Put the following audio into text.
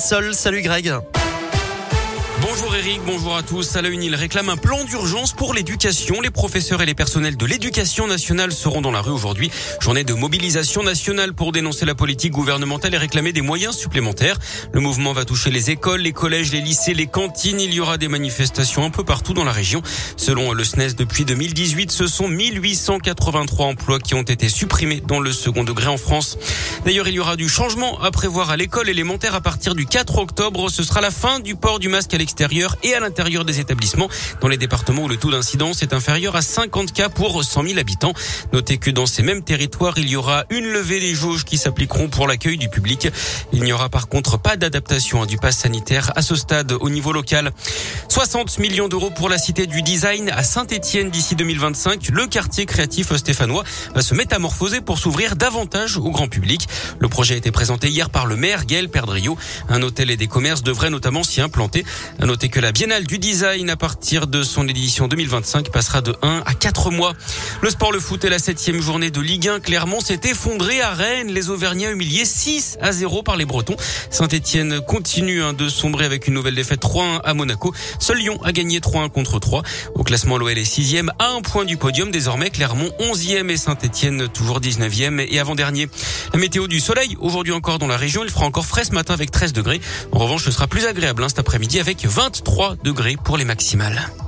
Sol. Salut Greg. Bonjour Eric, bonjour à tous. À la une, il réclame un plan d'urgence pour l'éducation. Les professeurs et les personnels de l'éducation nationale seront dans la rue aujourd'hui. Journée de mobilisation nationale pour dénoncer la politique gouvernementale et réclamer des moyens supplémentaires. Le mouvement va toucher les écoles, les collèges, les lycées, les cantines. Il y aura des manifestations un peu partout dans la région. Selon le SNES, depuis 2018, ce sont 1883 emplois qui ont été supprimés dans le second degré en France. D'ailleurs, il y aura du changement à prévoir à l'école élémentaire à partir du 4 octobre. Ce sera la fin du port du masque à l'extérieur et à l'intérieur des établissements dans les départements où le taux d'incidence est inférieur à 50 cas pour 100 000 habitants. Notez que dans ces mêmes territoires, il y aura une levée des jauges qui s'appliqueront pour l'accueil du public. Il n'y aura par contre pas d'adaptation du pass sanitaire à ce stade au niveau local. 60 millions d'euros pour la Cité du Design à Saint-Étienne d'ici 2025. Le quartier créatif stéphanois va se métamorphoser pour s'ouvrir davantage au grand public. Le projet a été présenté hier par le maire Gaël Perdriau. Un hôtel et des commerces devraient notamment s'y implanter. À noter que la Biennale du Design, à partir de son édition 2025, passera de 1 à 4 mois. Le sport, le foot et la 7e journée de Ligue 1. Clermont s'est effondré à Rennes. Les Auvergnats humiliés 6-0 par les Bretons. Saint-Étienne continue de sombrer avec une nouvelle défaite 3-1 à Monaco. Seul Lyon a gagné 3-1 contre 3. Au classement, l'OL est 6e à 1 point du podium. Désormais, Clermont 11e et Saint-Étienne toujours 19e et avant-dernier. La météo du soleil, aujourd'hui encore dans la région. Il fera encore frais ce matin avec 13 degrés. En revanche, ce sera plus agréable cet après-midi avec 23 degrés pour les maximales.